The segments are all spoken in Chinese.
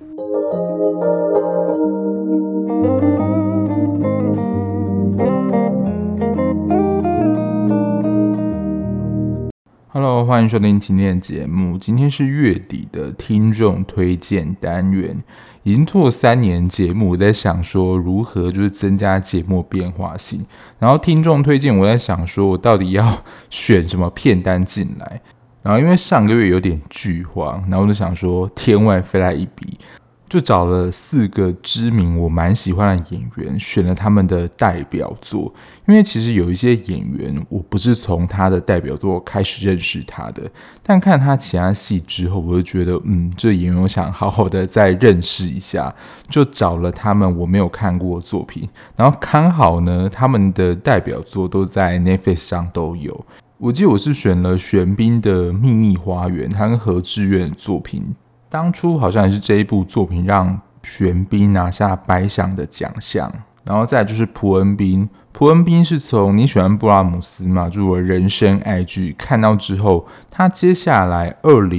Hello， 欢迎收听今天的节目。今天是月底的听众推荐单元，已经做了3年节目，我在想说如何就是增加节目变化性。然后听众推荐，我在想说我到底要选什么片单进来。然后因为上个月有点剧荒，然后我就想说天外飞来一笔，就找了4个知名我蛮喜欢的演员，选了他们的代表作。因为其实有一些演员我不是从他的代表作开始认识他的，但看他其他戏之后，我就觉得这演员我想好好的再认识一下，就找了他们我没有看过的作品。然后刚好呢，他们的代表作都在 Netflix 上都有。我记得我是选了玄彬的《秘密花园》，他跟何志远的作品。当初好像也是这一部作品让玄彬拿下百想的奖项。然后再来就是朴恩斌，朴恩斌是从你喜欢布拉姆斯嘛，就是我人生爱剧看到之后，他接下来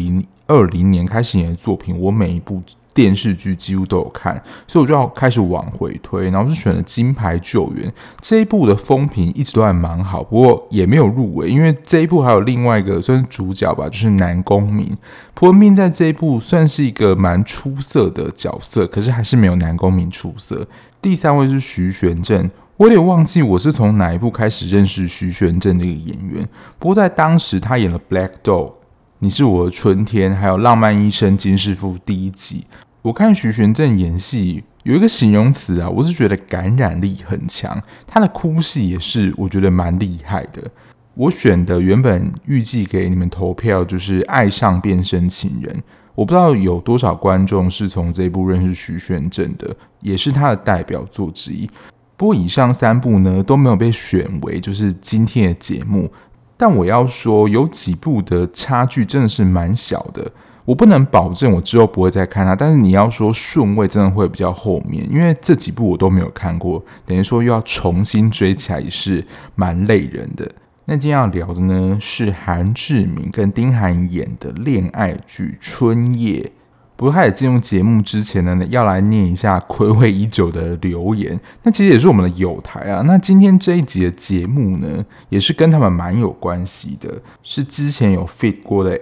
2020年开始演的作品，我每一部电视剧几乎都有看，所以我就要开始往回推，然后就选了《金牌救援》这一部的风评一直都还蛮好，不过也没有入围，因为这一部还有另外一个算是主角吧，就是南宫珉。朴恩斌在这一部算是一个蛮出色的角色，可是还是没有南宫珉出色。第3位是徐玄振，我有点忘记我是从哪一部开始认识徐玄振这个演员，不过在当时他演了《Black Dog》、你是我的春天，还有《浪漫医生金师傅》第1季。我看徐玄振演戏有一个形容词啊，我是觉得感染力很强，他的哭戏也是我觉得蛮厉害的。我选的原本预计给你们投票就是《爱上变身情人》，我不知道有多少观众是从这一部认识徐玄振的，也是他的代表作之一。不过以上3部呢都没有被选为就是今天的节目，但我要说有几部的差距真的是蛮小的。我不能保证我之后不会再看它，但是你要说顺位真的会比较后面，因为这几部我都没有看过，等于说又要重新追起来也是蛮累人的。那今天要聊的呢是韩志明跟丁涵颖演的恋爱剧《春夜》。不过开始进入节目之前呢，要来念一下睽违已久的留言。那其实也是我们的友台啊。那今天这一集的节目呢，也是跟他们蛮有关系的，是之前有 feat 过的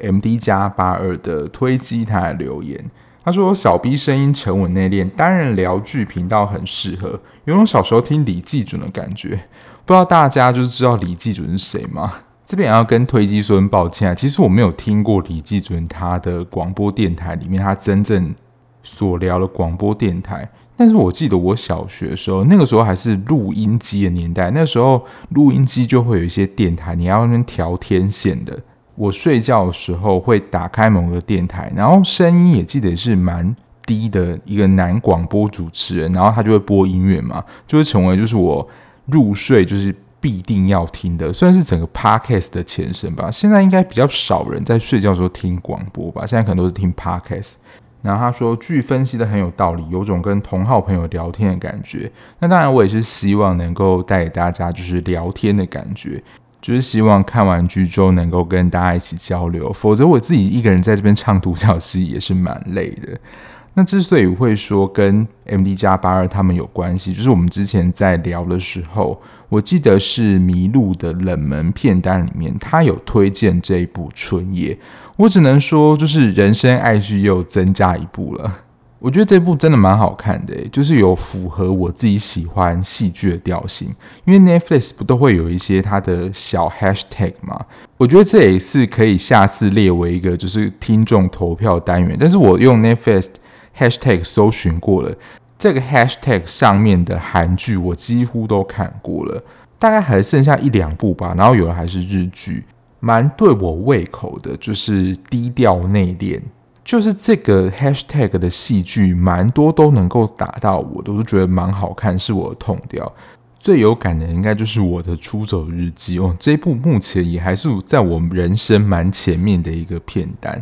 MD+82的推机台的留言。他说小 B 声音沉稳内敛，单人聊剧频道很适合，有种小时候听李济准的感觉。不知道大家就是知道李济准是谁吗？这边也要跟推机说抱歉啊，其实我没有听过李济准他的广播电台里面他真正所聊的广播电台，但是我记得我小学的时候，那个时候还是录音机的年代，那时候录音机就会有一些电台，你要那边调天线的。我睡觉的时候会打开某个电台，然后声音也记得是蛮低的一个男广播主持人，然后他就会播音乐嘛，就会成为就是我入睡就是必定要听的，算是整个 podcast 的前身吧。现在应该比较少人在睡觉的时候听广播吧，现在可能都是听 podcast。然后他说剧分析的很有道理，有种跟同好朋友聊天的感觉。那当然我也是希望能够带给大家就是聊天的感觉，就是希望看完剧之后能够跟大家一起交流，否则我自己一个人在这边唱独角戏也是蛮累的。那之所以会说跟 MD+82 他们有关系，就是我们之前在聊的时候，我记得是麋鹿的冷门片单里面，他有推荐这一部《春夜》，我只能说就是人生爱剧又增加一部了。我觉得这部真的蛮好看的，就是有符合我自己喜欢戏剧的调性。因为 Netflix 不都会有一些它的小 hashtag 嘛？我觉得这也是可以下次列为一个就是听众投票单元。但是我用 Netflix hashtag 搜寻过了，这个 hashtag 上面的韩剧我几乎都看过了，大概还剩下1-2部吧，然后有的还是日剧，蛮对我胃口的，就是低调内敛。就是这个 hashtag 的戏剧蛮多都能够打到我，都觉得蛮好看，是我的痛调。最有感的应该就是我的出走日记哦，这一部目前也还是在我人生蛮前面的一个片单。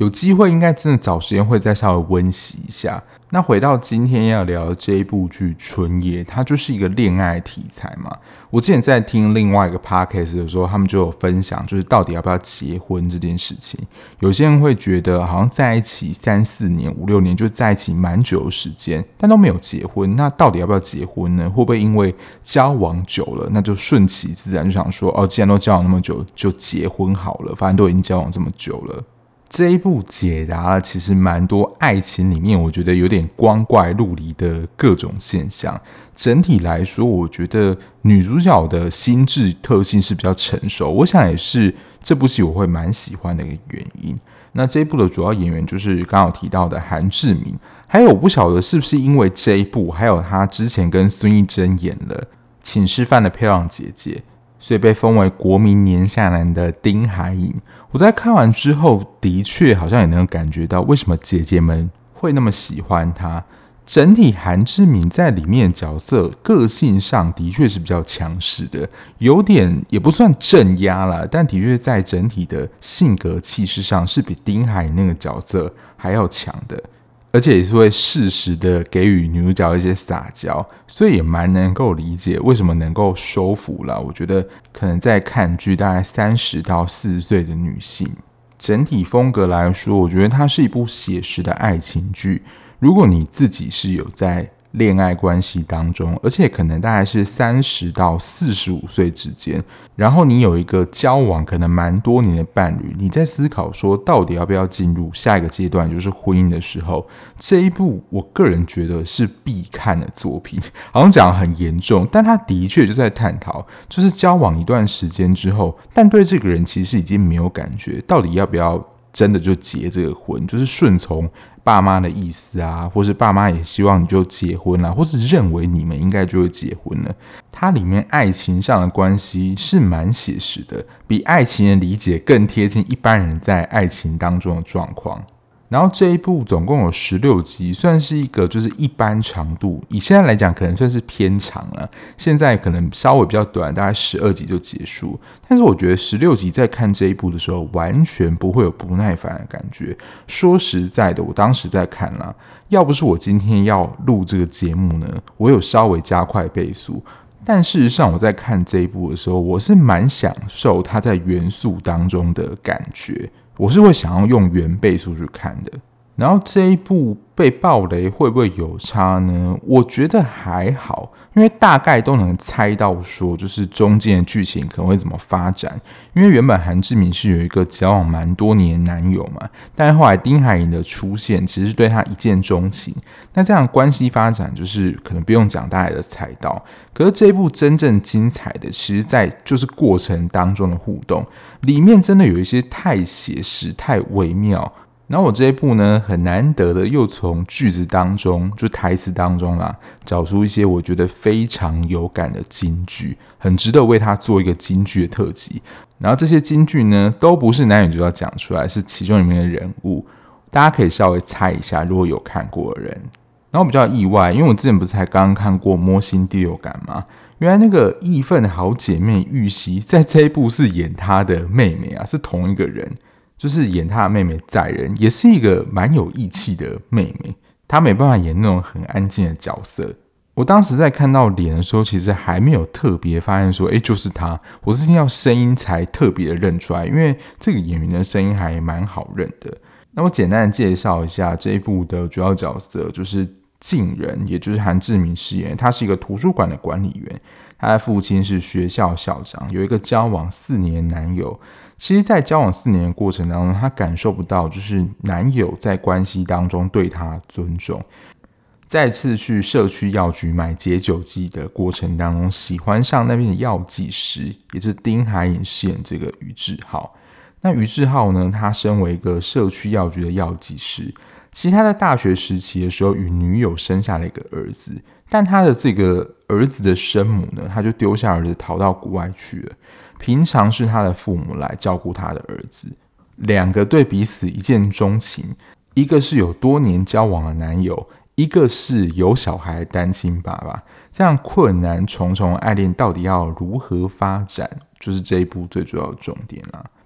有机会应该真的找时间会再稍微温习一下。那回到今天要聊的这一部剧《春夜》，它就是一个恋爱题材嘛。我之前在听另外一个 podcast 的时候，他们就有分享，就是到底要不要结婚这件事情。有些人会觉得，好像在一起3-4年、5-6年，就在一起蛮久的时间，但都没有结婚。那到底要不要结婚呢？会不会因为交往久了，那就顺其自然，就想说，既然都交往那么久，就结婚好了，反正都已经交往这么久了。这一部解答了其实蛮多爱情里面我觉得有点光怪陆离的各种现象。整体来说，我觉得女主角的心智特性是比较成熟，我想也是这部戏我会蛮喜欢的一个原因。那这一部的主要演员就是刚好提到的韩志明，还有我不晓得是不是因为这一部，还有他之前跟孙艺珍演了《请吃饭的漂亮姐姐》，所以被封为国民年下男的丁海寅。我在看完之后，的确好像也能感觉到为什么姐姐们会那么喜欢他。整体韩志明在里面的角色个性上的确是比较强势的，有点也不算镇压啦，但的确在整体的性格气势上是比丁海寅那个角色还要强的。而且也是会适时的给予女主角一些撒娇，所以也蛮能够理解为什么能够收服啦。我觉得可能在看剧大概30到40岁的女性，整体风格来说，我觉得它是一部写实的爱情剧。如果你自己是有在恋爱关系当中，而且可能大概是30到45岁之间，然后你有一个交往可能蛮多年的伴侣，你在思考说到底要不要进入下一个阶段，就是婚姻的时候，这一部我个人觉得是必看的作品。好像讲得很严重，但他的确就在探讨，就是交往一段时间之后，但对这个人其实已经没有感觉，到底要不要真的就结这个婚，就是顺从爸妈的意思啊，或是爸妈也希望你就结婚啦，或是认为你们应该就会结婚了。它里面爱情上的关系是蛮写实的，比爱情的理解更贴近一般人在爱情当中的状况。然后这一部总共有16集，算是一个就是一般长度，以现在来讲可能算是偏长了，现在可能稍微比较短，大概12集就结束。但是我觉得16集在看这一部的时候，完全不会有不耐烦的感觉。说实在的，我当时在看啦，要不是我今天要录这个节目呢，我有稍微加快倍速。但事实上，我在看这一部的时候，我是蛮享受它在元素当中的感觉。我是会想要用原倍速去看的。然后这一部被爆雷会不会有差呢？我觉得还好，因为大概都能猜到说，就是中间的剧情可能会怎么发展。因为原本韩志明是有一个交往蛮多年的男友嘛，但是后来丁海寅的出现，其实是对他一见钟情。那这样关系发展，就是可能不用讲，大家也都猜到。可是这一部真正精彩的，其实在就是过程当中的互动，里面真的有一些太写实、太微妙。然后我这一部呢，很难得的又从句子当中，就台词当中啦，找出一些我觉得非常有感的金句，很值得为他做一个金句的特辑。然后这些金句呢，都不是男女主角讲出来，是其中里面的人物，大家可以稍微猜一下，如果有看过的人。然后比较意外，因为我之前不是才刚刚看过《摸心第六感》吗？原来那个义愤好姐妹玉溪，在这一部是演她的妹妹啊，是同一个人。就是演他的妹妹载人，也是一个蛮有义气的妹妹。她没办法演那种很安静的角色。我当时在看到脸的时候，其实还没有特别发现说，就是她。我是听到声音才特别的认出来，因为这个演员的声音还蛮好认的。那我简单的介绍一下这一部的主要角色，就是敬人，也就是韩志明饰演。他是一个图书馆的管理员，他的父亲是学校校长，有一个交往4年的男友。其实在交往4年的过程当中，他感受不到就是男友在关系当中对他尊重。再次去社区药局买解酒剂的过程当中，喜欢上那边的药剂师，也就是丁海寅饰演这个于志浩。那于志浩呢，他身为一个社区药局的药剂师，其实他在大学时期的时候与女友生下了一个儿子，但他的这个儿子的生母呢，他就丢下儿子逃到国外去了。平常是他的父母来照顾他的儿子，两个对彼此一见钟情，一个是有多年交往的男友，一个是有小孩的单亲爸爸。这样困难重重的爱恋到底要如何发展，就是这一部最主要的重点啦。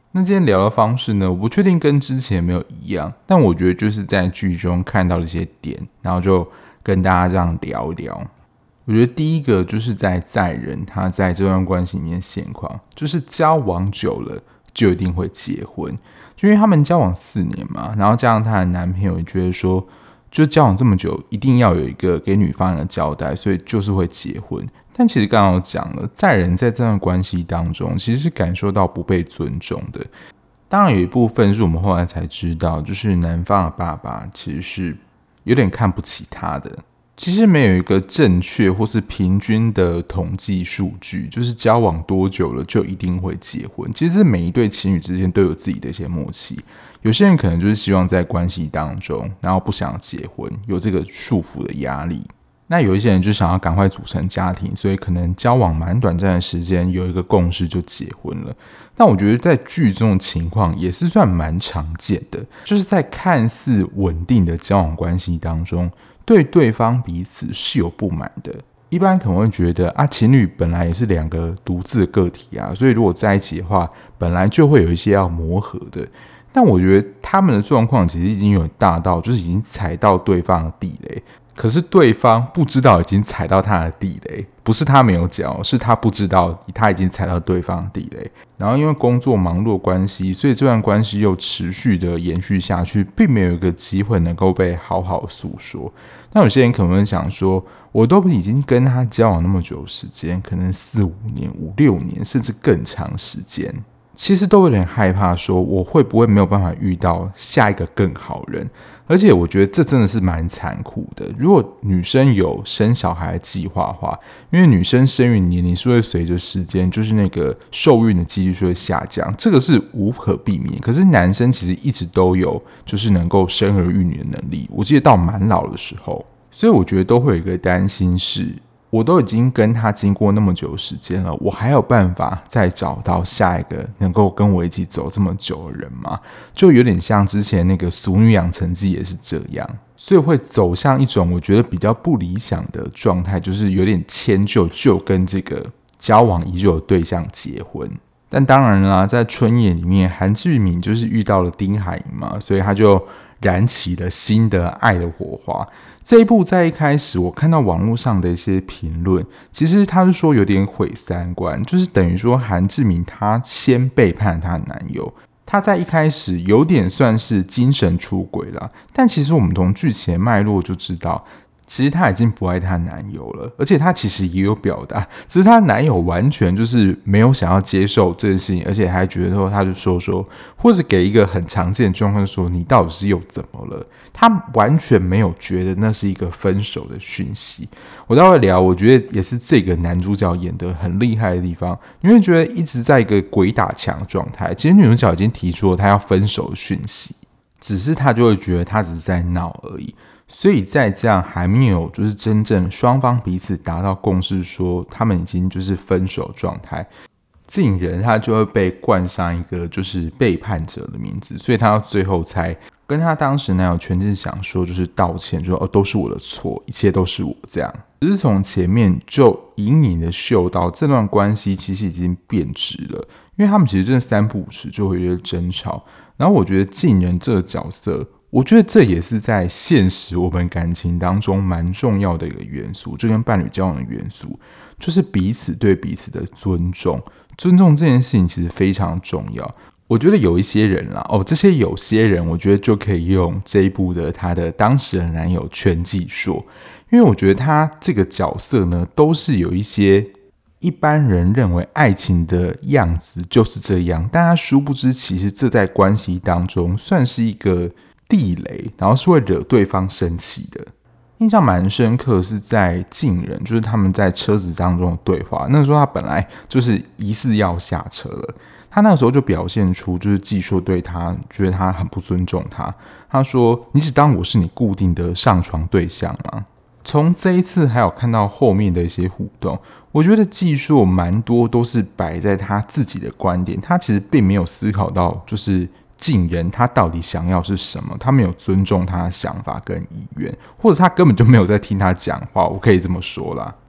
那今天聊的方式呢，我不确定跟之前有没有一样，但我觉得就是在剧中看到的一些点，然后就跟大家这样聊一聊。我觉得第一个就是在人他在这段关系里面现况，就是交往久了就一定会结婚，就因为他们交往4年嘛，然后加上她的男朋友也觉得说，就交往这么久，一定要有一个给女方的交代，所以就是会结婚。但其实刚刚有讲了，在人在这段关系当中，其实是感受到不被尊重的。当然有一部分是我们后来才知道，就是男方的爸爸其实是有点看不起他的。其实没有一个正确或是平均的统计数据，就是交往多久了就一定会结婚。其实每一对情侣之间都有自己的一些默契。有些人可能就是希望在关系当中，然后不想结婚，有这个束缚的压力。那有一些人就想要赶快组成家庭，所以可能交往蛮短暂的时间，有一个共识就结婚了。但我觉得在剧中的情况也是算蛮常见的，就是在看似稳定的交往关系当中，对对方彼此是有不满的。一般可能会觉得情侣本来也是2个独自的个体啊，所以如果在一起的话，本来就会有一些要磨合的。但我觉得他们的状况其实已经有大到，就是已经踩到对方的地雷。可是对方不知道已经踩到他的地雷，不是他没有讲，是他不知道他已经踩到对方的地雷。然后因为工作忙碌的关系，所以这段关系又持续的延续下去，并没有一个机会能够被好好诉说。那有些人可能会想说，我都已经跟他交往那么久的时间，可能4、5年、5、6年，甚至更长时间，其实都有点害怕说我会不会没有办法遇到下一个更好人。而且我觉得这真的是蛮残酷的。如果女生有生小孩的计划的话，因为女生生育年龄是会随着时间，就是那个受孕的几率是会下降，这个是无可避免。可是男生其实一直都有就是能够生儿育女的能力，我记得到蛮老的时候，所以我觉得都会有一个担心是，我都已经跟他经过那么久的时间了，我还有办法再找到下一个能够跟我一起走这么久的人吗？就有点像之前那个《俗女养成记》也是这样，所以会走向一种我觉得比较不理想的状态，就是有点迁就，就跟这个交往已久的对象结婚。但当然啦，在春夜里面，韩志敏就是遇到了丁海寅嘛，所以他就燃起了新的爱的火花。这一部在一开始我看到网络上的一些评论，其实他是说有点毁三观，就是等于说韩志敏他先背叛她的男友，他在一开始有点算是精神出轨了，但其实我们从剧情的脉络就知道，其实她已经不爱她男友了，而且她其实也有表达，只是她男友完全就是没有想要接受这件事情，而且还觉得说，他就说，或者给一个很常见的状况，说你到底是又怎么了？他完全没有觉得那是一个分手的讯息。我待会聊，我觉得也是这个男主角演得很厉害的地方，因为觉得一直在一个鬼打墙的状态，其实女主角已经提出了他要分手的讯息，只是他就会觉得他只是在闹而已。所以在这样还没有就是真正双方彼此达到共识，说他们已经就是分手状态，晋人他就会被冠上一个就是背叛者的名字，所以他到最后才跟他当时男友全是想说就是道歉，说都是我的错，一切都是我这样。只是从前面就隐隐的嗅到这段关系其实已经变质了，因为他们其实真的3不5时就会有些争吵。然后我觉得晋人这个角色，我觉得这也是在现实我们感情当中蛮重要的一个元素，就跟伴侣交往的元素，就是彼此对彼此的尊重。尊重这件事情其实非常重要。我觉得有一些人啦，这些有些人，我觉得就可以用这一部的他的当时的男友全季说，因为我觉得他这个角色呢，都是有一些一般人认为爱情的样子就是这样，但他殊不知，其实这在关系当中算是一个地雷，然后是会惹对方生气的。印象蛮深刻是在晋人，就是他们在车子当中的对话。那个时候他本来就是疑似要下车了，他那个时候就表现出就是季硕对他觉得他很不尊重他。他说：“你只当我是你固定的上床对象吗？”从这一次还有看到后面的一些互动，我觉得季硕蛮多都是摆在他自己的观点，他其实并没有思考到就是晋人他到底想要是什么，他没有尊重他的想法跟意愿，或者他根本就没有在听他讲话，我可以这么说啦。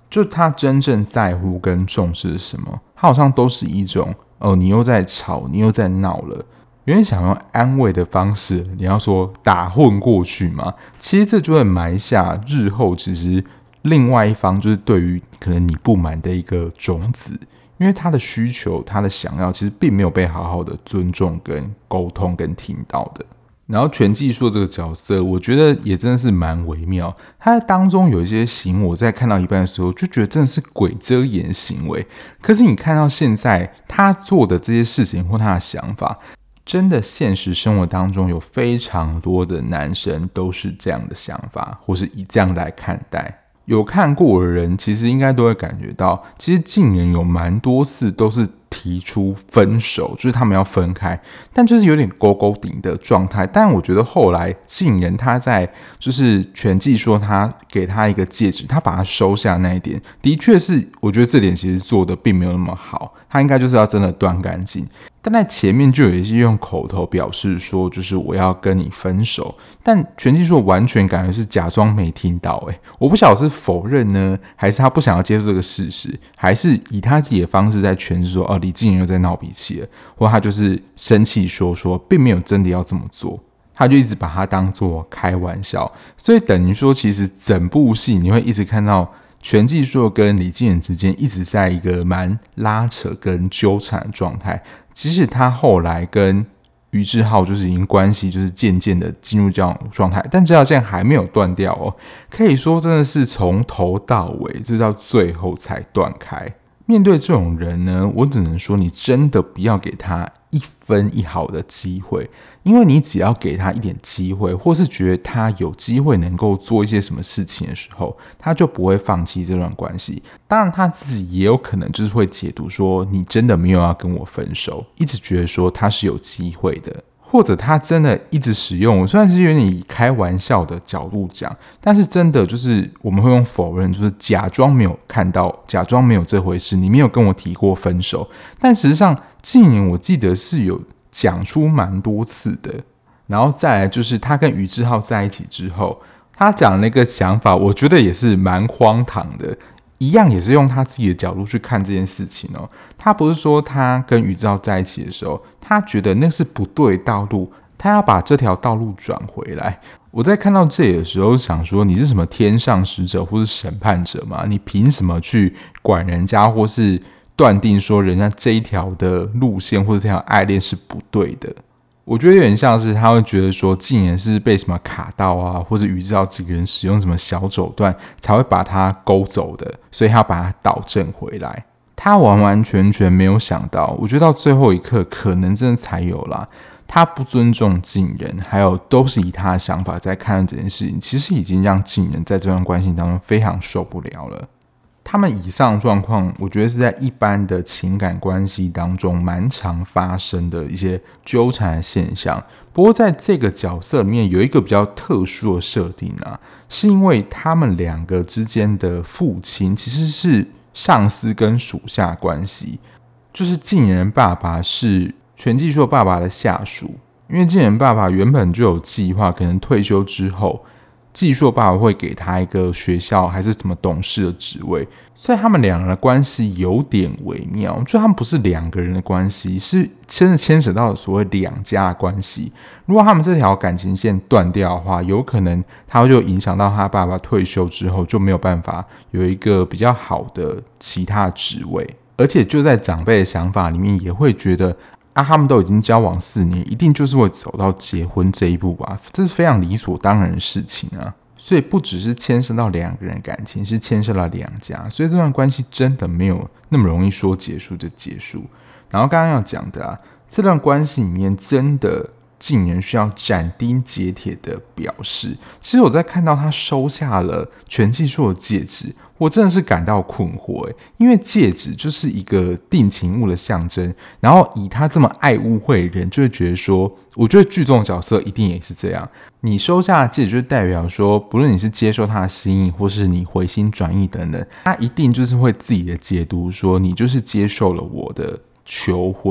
就他真正在乎跟重视是什么，他好像都是一种你又在吵，你又在闹了，有点想用安慰的方式，你要说打混过去嘛，其实这就会埋下日后其实另外一方就是对于可能你不满的一个种子，因为他的需求他的想要其实并没有被好好的尊重跟沟通跟听到的。然后全季硕这个角色我觉得也真的是蛮微妙，他在当中有一些行为我在看到一半的时候就觉得真的是鬼遮眼行为，可是你看到现在他做的这些事情或他的想法，真的现实生活当中有非常多的男生都是这样的想法，或是以这样来看待。有看过的人其实应该都会感觉到，其实近年有蛮多次都是提出分手，就是他们要分开，但就是有点勾勾顶的状态。但我觉得后来近年他在就是全季说他给他一个戒指，他把它收下那一点，的确是我觉得这点其实做的并没有那么好，他应该就是要真的断干净。但在前面就有一些用口头表示说，就是我要跟你分手，但全季说完全感觉是假装没听到。我不晓得是否认呢，还是他不想要接受这个事实，还是以他自己的方式在诠释说，李静妍又在闹脾气了，或他就是生气说并没有真的要这么做，他就一直把它当作开玩笑，所以等于说其实整部戏你会一直看到全季硕跟李静妍之间一直在一个蛮拉扯跟纠缠的状态，即使他后来跟于志浩就是已经关系就是渐渐的进入这样的状态，但这条线还没有断掉哦，可以说真的是从头到尾就到最后才断开。面对这种人呢，我只能说你真的不要给他一分一毫的机会，因为你只要给他一点机会，或是觉得他有机会能够做一些什么事情的时候，他就不会放弃这段关系。当然他自己也有可能就是会解读说你真的没有要跟我分手，一直觉得说他是有机会的，或者他真的一直使用，虽然是有点以开玩笑的角度讲，但是真的就是我们会用否认，就是假装没有看到，假装没有这回事，你没有跟我提过分手，但实际上近年我记得是有讲出蛮多次的。然后再来就是他跟于志浩在一起之后，他讲那个想法我觉得也是蛮荒唐的，一样也是用他自己的角度去看这件事情哦。他不是说他跟于志浩在一起的时候，他觉得那是不对道路，他要把这条道路转回来。我在看到这里的时候想说，你是什么天上使者或是审判者吗？你凭什么去管人家，或是断定说人家这一条的路线或者这条爱恋是不对的？我觉得有点像是他会觉得说竟然是被什么卡到啊，或者于志浩几个人使用什么小手段才会把他勾走的，所以他要把他导正回来。他完完全全没有想到，我觉得到最后一刻可能真的才有啦，他不尊重近人，还有都是以他的想法在看这件事情，其实已经让近人在这段关系当中非常受不了了。他们以上的状况，我觉得是在一般的情感关系当中蛮常发生的一些纠缠的现象。不过在这个角色里面有一个比较特殊的设定啊，是因为他们两个之间的父亲其实是上司跟属下关系，就是近人爸爸是全季硕爸爸的下属，因为近人爸爸原本就有计划，可能退休之后季硕爸爸会给他一个学校还是什么董事的职位，所以他们两人的关系有点微妙，就他们不是两个人的关系，是真的牵扯到所谓两家的关系。如果他们这条感情线断掉的话，有可能他就影响到他爸爸退休之后就没有办法有一个比较好的其他职位，而且就在长辈的想法里面也会觉得他们都已经交往4年，一定就是会走到结婚这一步吧，这是非常理所当然的事情啊。所以不只是牵涉到两个人的感情，是牵涉到两家，所以这段关系真的没有那么容易说结束就结束。然后刚刚要讲的这段关系里面真的近人需要斩钉截铁的表示，其实我在看到他收下了全季硕的戒指，我真的是感到困惑，因为戒指就是一个定情物的象征，然后以他这么爱误会的人，就会觉得说，我觉得剧中的角色一定也是这样，你收下的戒指就代表说，不论你是接受他的心意，或是你回心转意等等，他一定就是会自己的解读说，你就是接受了我的求婚，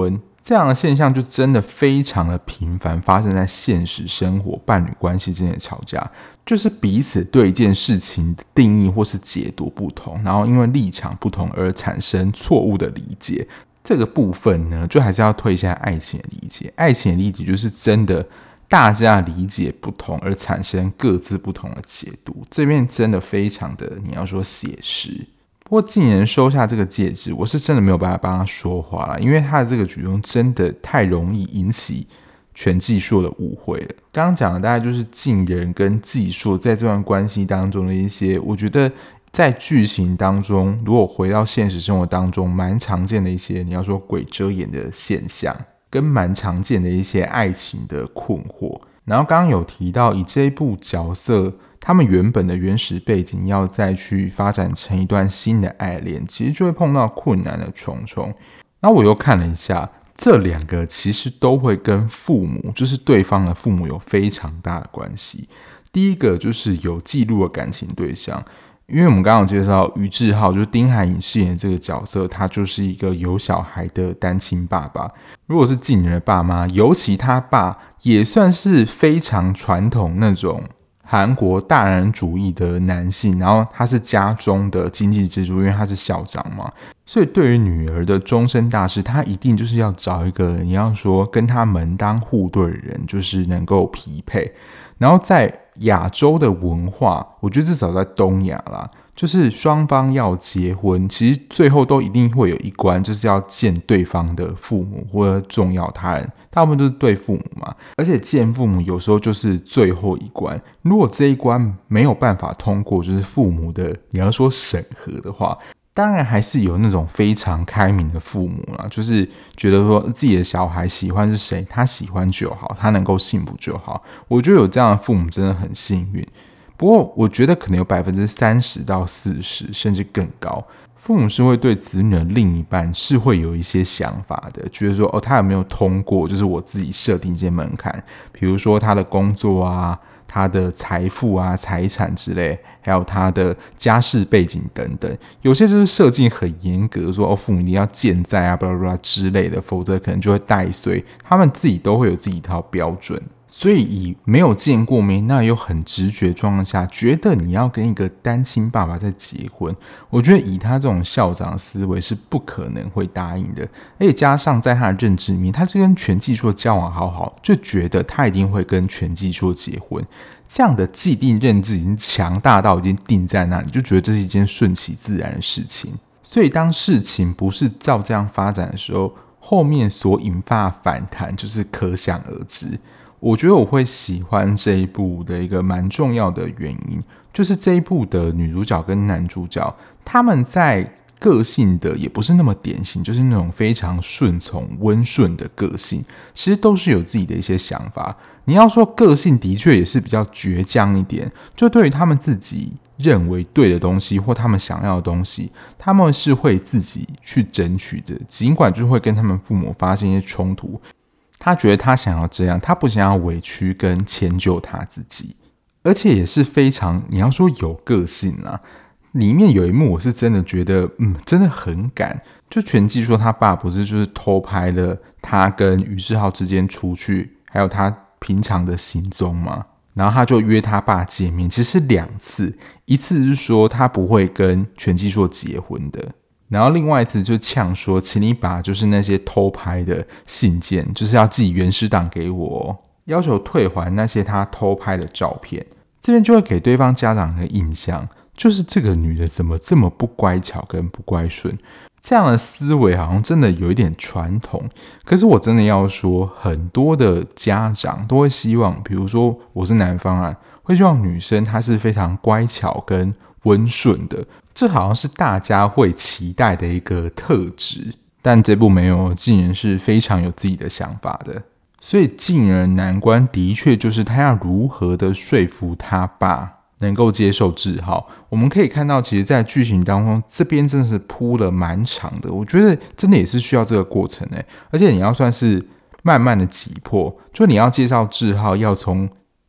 这样的现象就真的非常的频繁发生在现实生活伴侣关系之间的吵架，就是彼此对一件事情的定义或是解读不同，然后因为立场不同而产生错误的理解。这个部分呢，就还是要推一下爱情的理解。爱情的理解就是真的大家理解不同而产生各自不同的解读，这边真的非常的你要说写实。不过竟然收下这个戒指，我是真的没有办法帮他说话了，因为他的这个举动真的太容易引起全技硕的误会了。刚刚讲的大概就是晋人跟技硕在这段关系当中的一些，我觉得在剧情当中，如果回到现实生活当中，蛮常见的一些你要说鬼遮眼的现象，跟蛮常见的一些爱情的困惑。然后刚刚有提到，以这一部角色他们原本的原始背景要再去发展成一段新的爱恋，其实就会碰到困难的重重。然后我又看了一下，这两个其实都会跟父母，就是对方的父母有非常大的关系。第一个就是有记录的感情对象，因为我们刚刚有介绍于志浩，就是丁海寅饰演的这个角色，他就是一个有小孩的单亲爸爸。如果是晋人的爸妈，尤其他爸也算是非常传统那种韩国大男人主义的男性，然后他是家中的经济支柱，因为他是校长嘛，所以对于女儿的终身大事，他一定就是要找一个你要说跟他门当户对的人，就是能够匹配。然后在亚洲的文化，我觉得至少在东亚啦，就是双方要结婚，其实最后都一定会有一关，就是要见对方的父母或者重要他人，大部分都是对父母嘛。而且见父母有时候就是最后一关，如果这一关没有办法通过，就是父母的你要说审核的话，当然还是有那种非常开明的父母啦，就是觉得说自己的小孩喜欢是谁，他喜欢就好，他能够幸福就好。我觉得有这样的父母真的很幸运。不过我觉得可能有30%到40%甚至更高，父母是会对子女的另一半是会有一些想法的，觉得说他有没有通过就是我自己设定一些门槛，比如说他的工作啊，他的财富啊、财产之类，还有他的家世背景等等，有些就是设计很严格，说父母一定要健在啊、巴拉巴拉之类的，否则可能就会带衰。他们自己都会有自己一套标准，所以以没有见过面，那又很直觉状况下，觉得你要跟一个单亲爸爸在结婚，我觉得以他这种校长思维是不可能会答应的。而且加上在他的认知里面，他是跟全技硕交往好好，就觉得他一定会跟全技硕结婚。这样的既定认知已经强大到已经定在那里，就觉得这是一件顺其自然的事情。所以当事情不是照这样发展的时候，后面所引发的反弹就是可想而知。我觉得我会喜欢这一部的一个蛮重要的原因，就是这一部的女主角跟男主角，他们在个性的也不是那么典型，就是那种非常顺从温顺的个性，其实都是有自己的一些想法。你要说个性的确也是比较倔强一点，就对于他们自己认为对的东西或他们想要的东西，他们是会自己去争取的，尽管就会跟他们父母发生一些冲突。他觉得他想要这样，他不想要委屈跟迁就他自己，而且也是非常你要说有个性啦。里面有一幕我是真的觉得真的很赶，就全季说他爸不是就是偷拍了他跟于志浩之间出去还有他平常的行踪吗？然后他就约他爸见面，其实2次，一次是说他不会跟全季说结婚的，然后另外一次就呛说请你把就是那些偷拍的信件就是要寄原始档给我，要求退还那些他偷拍的照片。这边就会给对方家长的印象就是这个女的怎么这么不乖巧跟不乖顺，这样的思维好像真的有一点传统。可是我真的要说，很多的家长都会希望，比如说我是男方啊，会希望女生她是非常乖巧跟温顺的，这好像是大家会期待的一个特质。但这部没有，竟然是非常有自己的想法的。所以进而难关的确就是他要如何的说服他爸能够接受志浩。我们可以看到，其实在剧情当中这边真的是铺了蛮长的，我觉得真的也是需要这个过程而且你要算是慢慢的挤破，就你要介绍志浩要从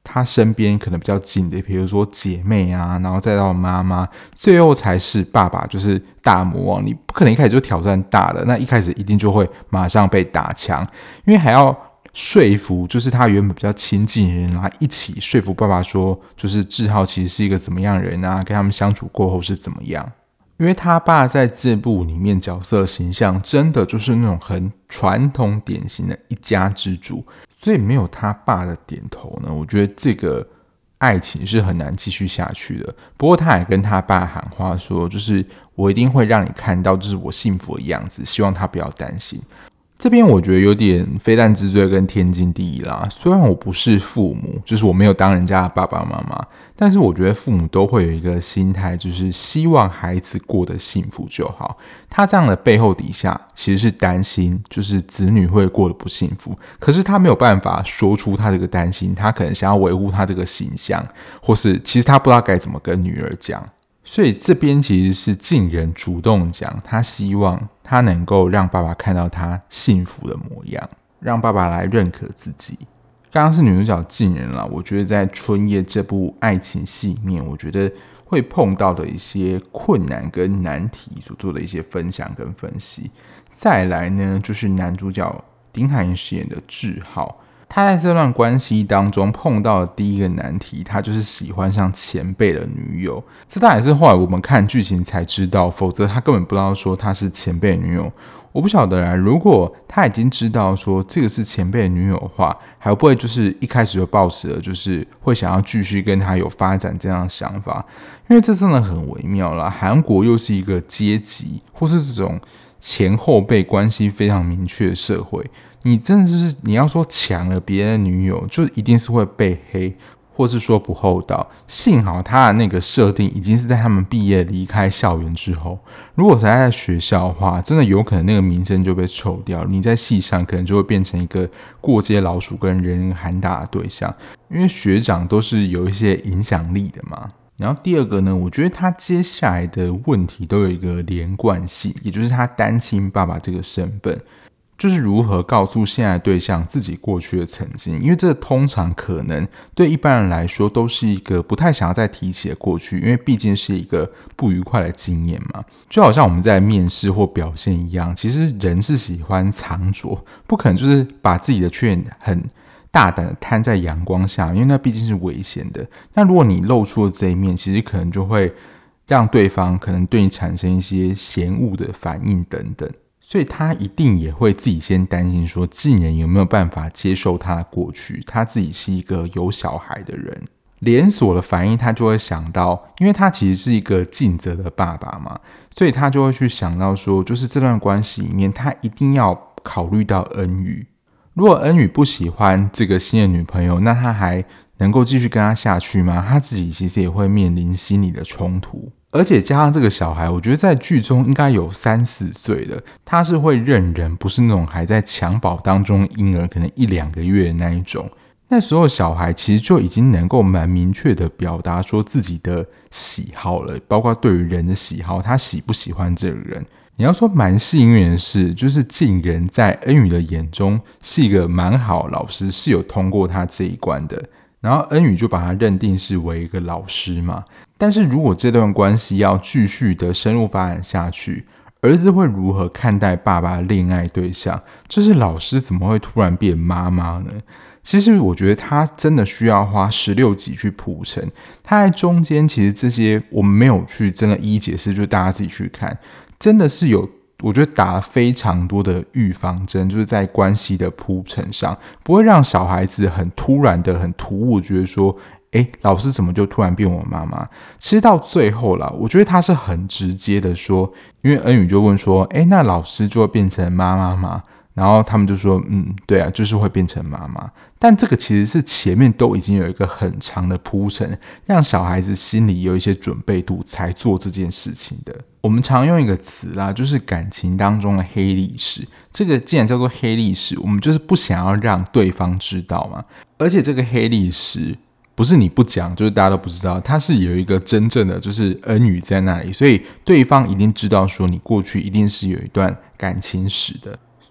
他身边可能比较近的，比如说姐妹啊，然后再到妈妈，最后才是爸爸，就是大魔王。你不可能一开始就挑战大的，那一开始一定就会马上被打枪，因为还要说服，就是他原本比较亲近的人来一起说服爸爸说，就是志浩其实是一个怎么样的人啊，跟他们相处过后是怎么样。因为他爸在这部里面角色形象真的就是那种很传统典型的一家之主，所以没有他爸的点头呢，我觉得这个爱情是很难继续下去的。不过他也跟他爸喊话说，就是我一定会让你看到就是我幸福的样子，希望他不要担心。这边我觉得有点非战之罪跟天经地义啦。虽然我不是父母，就是我没有当人家的爸爸妈妈，但是我觉得父母都会有一个心态，就是希望孩子过得幸福就好。他这样的背后底下其实是担心，就是子女会过得不幸福。可是他没有办法说出他这个担心，他可能想要维护他这个形象，或是其实他不知道该怎么跟女儿讲。所以这边其实是靖人主动讲，他希望他能够让爸爸看到他幸福的模样，让爸爸来认可自己。刚刚是女主角靖人啦，我觉得在春夜这部爱情戏里面，我觉得会碰到的一些困难跟难题所做的一些分享跟分析。再来呢，就是男主角丁海寅饰演的志浩，他在这段关系当中碰到的第一个难题，他就是喜欢上前辈的女友。这当然是后来我们看剧情才知道，否则他根本不知道说他是前辈的女友。我不晓得啦，如果他已经知道说这个是前辈的女友的话，还会不会就是一开始就抱持了就是会想要继续跟他有发展这样的想法？因为这真的很微妙啦。韩国又是一个阶级或是这种前后辈关系非常明确的社会，你真的就是你要说抢了别人的女友，就一定是会被黑，或是说不厚道。幸好他的那个设定已经是在他们毕业离开校园之后，如果是在学校的话，真的有可能那个名声就被臭掉，你在系上可能就会变成一个过街老鼠跟人人喊打的对象，因为学长都是有一些影响力的嘛。然后第二个呢，我觉得他接下来的问题都有一个连贯性，也就是他单亲爸爸这个身份，就是如何告诉现在对象自己过去的曾经，因为这通常可能对一般人来说都是一个不太想要再提起的过去，因为毕竟是一个不愉快的经验嘛。就好像我们在面试或表现一样，其实人是喜欢藏拙，不可能就是把自己的缺点很大胆的摊在阳光下，因为那毕竟是危险的。那如果你露出了这一面，其实可能就会让对方可能对你产生一些嫌恶的反应等等。所以他一定也会自己先担心说靖人有没有办法接受他的过去，他自己是一个有小孩的人。连锁的反应他就会想到，因为他其实是一个尽责的爸爸嘛，所以他就会去想到说，就是这段关系里面他一定要考虑到恩宇。如果恩宇不喜欢这个新的女朋友，那他还能够继续跟他下去吗？他自己其实也会面临心理的冲突。而且加上这个小孩，我觉得在剧中应该有3-4岁的，他是会认人，不是那种还在襁褓当中婴儿可能1-2个月的那一种。那时候小孩其实就已经能够蛮明确的表达说自己的喜好了，包括对于人的喜好，他喜不喜欢这个人。你要说蛮幸运的是，就是靖人在恩宇的眼中是一个蛮好的老师，是有通过他这一关的。然后恩宇就把他认定是为一个老师嘛。但是如果这段关系要继续的深入发展下去，儿子会如何看待爸爸的恋爱对象？就是老师怎么会突然变妈妈呢？其实我觉得他真的需要花16集去铺陈。他在中间其实这些我们没有去真的一一解释，就大家自己去看，真的是有。我觉得打了非常多的预防针，就是在关系的铺陈上，不会让小孩子很突然的、很突兀，觉得说，老师怎么就突然变我妈妈？其实到最后啦，我觉得他是很直接的说，因为恩宇就问说，那老师就会变成妈妈吗？然后他们就说，对啊，就是会变成妈妈。但这个其实是前面都已经有一个很长的铺陈，让小孩子心里有一些准备度才做这件事情的。我们常用一个词啦，就是感情当中的黑历史。这个既然叫做黑历史，我们就是不想要让对方知道嘛。而且这个黑历史不是你不讲，就是大家都不知道，它是有一个真正的就是恩宇在那里，所以对方一定知道说你过去一定是有一段感情史的。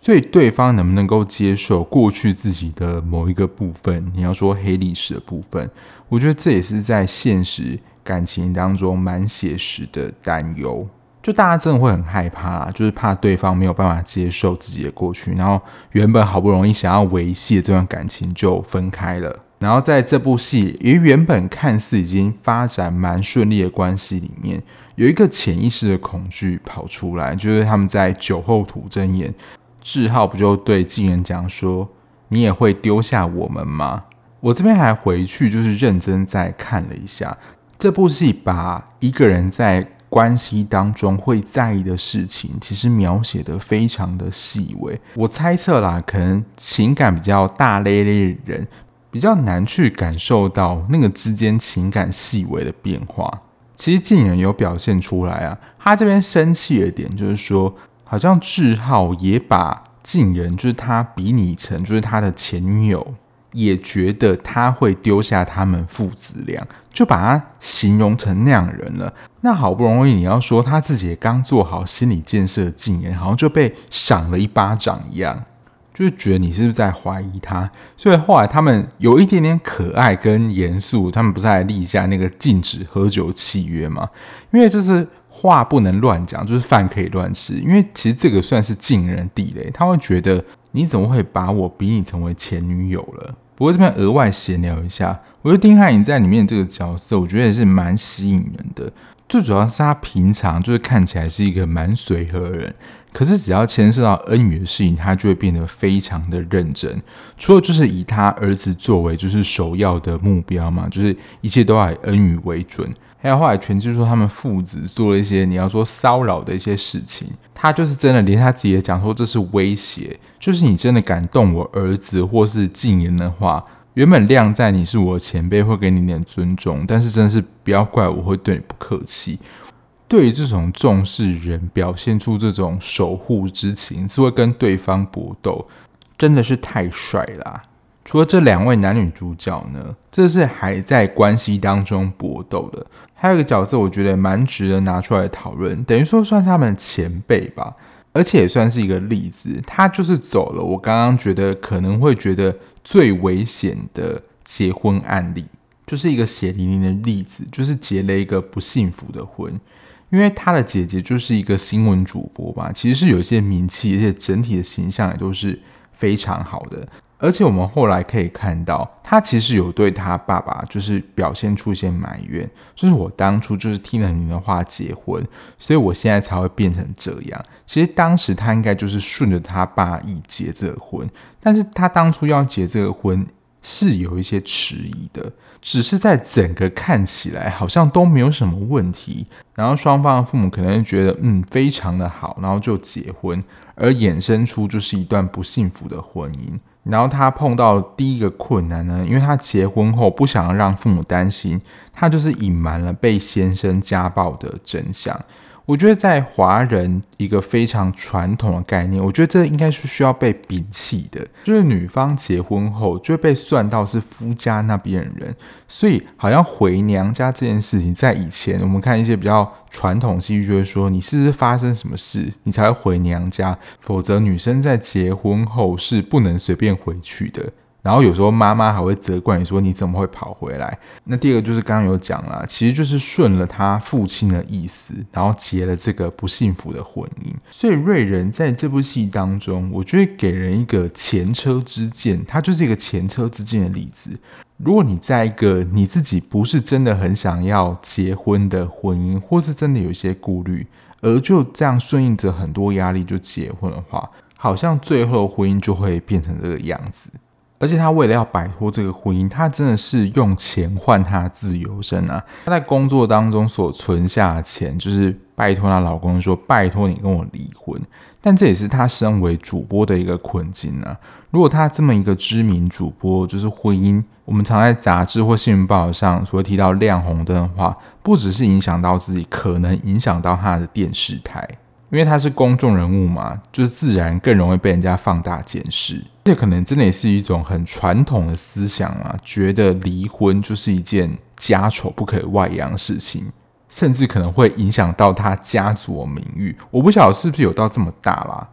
所以对方能不能够接受过去自己的某一个部分，你要说黑历史的部分，我觉得这也是在现实感情当中蛮写实的担忧。就大家真的会很害怕啦，就是怕对方没有办法接受自己的过去，然后原本好不容易想要维系的这段感情就分开了。然后在这部戏也原本看似已经发展蛮顺利的关系里面，有一个潜意识的恐惧跑出来，就是他们在酒后吐真言，志浩不就对静人讲说：“你也会丢下我们吗？”我这边还回去就是认真再看了一下这部戏，把一个人在关系当中会在意的事情，其实描写的非常的细微。我猜测啦，可能情感比较大咧咧的人，比较难去感受到那个之间情感细微的变化。其实静人有表现出来啊，他这边生气的点就是说，好像志浩也把静人，就是他比拟成就是他的前女友，也觉得他会丢下他们父子俩，就把他形容成那样的人了。那好不容易你要说他自己也刚做好心理建设的静人，好像就被赏了一巴掌一样，就是觉得你是不是在怀疑他。所以后来他们有一点点可爱跟严肃，他们不是还立下那个禁止喝酒契约吗？因为这是话不能乱讲，就是饭可以乱吃。因为其实这个算是静人地雷，他会觉得你怎么会把我比拟成为前女友了？不过这边额外闲聊一下，我觉得丁汉颖在里面这个角色，我觉得也是蛮吸引人的。最主要是他平常就是看起来是一个蛮随和的人，可是只要牵涉到恩宇的事情，他就会变得非常的认真。除了就是以他儿子作为就是首要的目标嘛，就是一切都要以恩宇为准。还有后来全剧说他们父子做了一些你要说骚扰的一些事情，他就是真的连他自己也讲说这是威胁，就是你真的敢动我儿子或是静人的话，原本晾在你是我的前辈，会给你点尊重，但是真的是不要怪我会对你不客气。对于这种重视人表现出这种守护之情，是会跟对方搏斗，真的是太帅啦。除了这两位男女主角呢，这是还在关系当中搏斗的。还有一个角色我觉得蛮值得拿出来讨论，等于说算是他们的前辈吧，而且也算是一个例子。他就是走了我刚刚觉得可能会觉得最危险的结婚案例，就是一个血淋淋的例子，就是结了一个不幸福的婚。因为他的姐姐就是一个新闻主播吧，其实是有一些名气，而且整体的形象也都是非常好的。而且我们后来可以看到，他其实有对他爸爸就是表现出一些埋怨，就是我当初就是听了你的话结婚，所以我现在才会变成这样。其实当时他应该就是顺着他爸意结这个婚，但是他当初要结这个婚是有一些迟疑的，只是在整个看起来好像都没有什么问题，然后双方的父母可能觉得非常的好，然后就结婚，而衍生出就是一段不幸福的婚姻。然后他碰到第一个困难呢，因为他结婚后不想让父母担心，他就是隐瞒了被先生家暴的真相。我觉得在华人一个非常传统的概念，我觉得这应该是需要被摒弃的，就是女方结婚后就会被算到是夫家那边的人，所以好像回娘家这件事情，在以前我们看一些比较传统戏剧就会说，你是不是发生什么事你才会回娘家，否则女生在结婚后是不能随便回去的。然后有时候妈妈还会责怪你说你怎么会跑回来。那第二个就是刚刚有讲啦，其实就是顺了他父亲的意思，然后结了这个不幸福的婚姻。所以瑞仁在这部戏当中，我觉得给人一个前车之鉴，他就是一个前车之鉴的例子。如果你在一个你自己不是真的很想要结婚的婚姻，或是真的有一些顾虑，而就这样顺应着很多压力就结婚的话，好像最后的婚姻就会变成这个样子。而且他为了要摆脱这个婚姻，他真的是用钱换他的自由身啊！他在工作当中所存下的钱，就是拜托她老公说：“拜托你跟我离婚。”但这也是他身为主播的一个困境啊！如果他这么一个知名主播，就是婚姻，我们常在杂志或新闻报道上所提到亮红灯的话，不只是影响到自己，可能影响到他的电视台。因为他是公众人物嘛，就是自然更容易被人家放大检视。这可能真的也是一种很传统的思想啊，觉得离婚就是一件家丑不可外扬的事情，甚至可能会影响到他家族的名誉。我不晓得是不是有到这么大啦。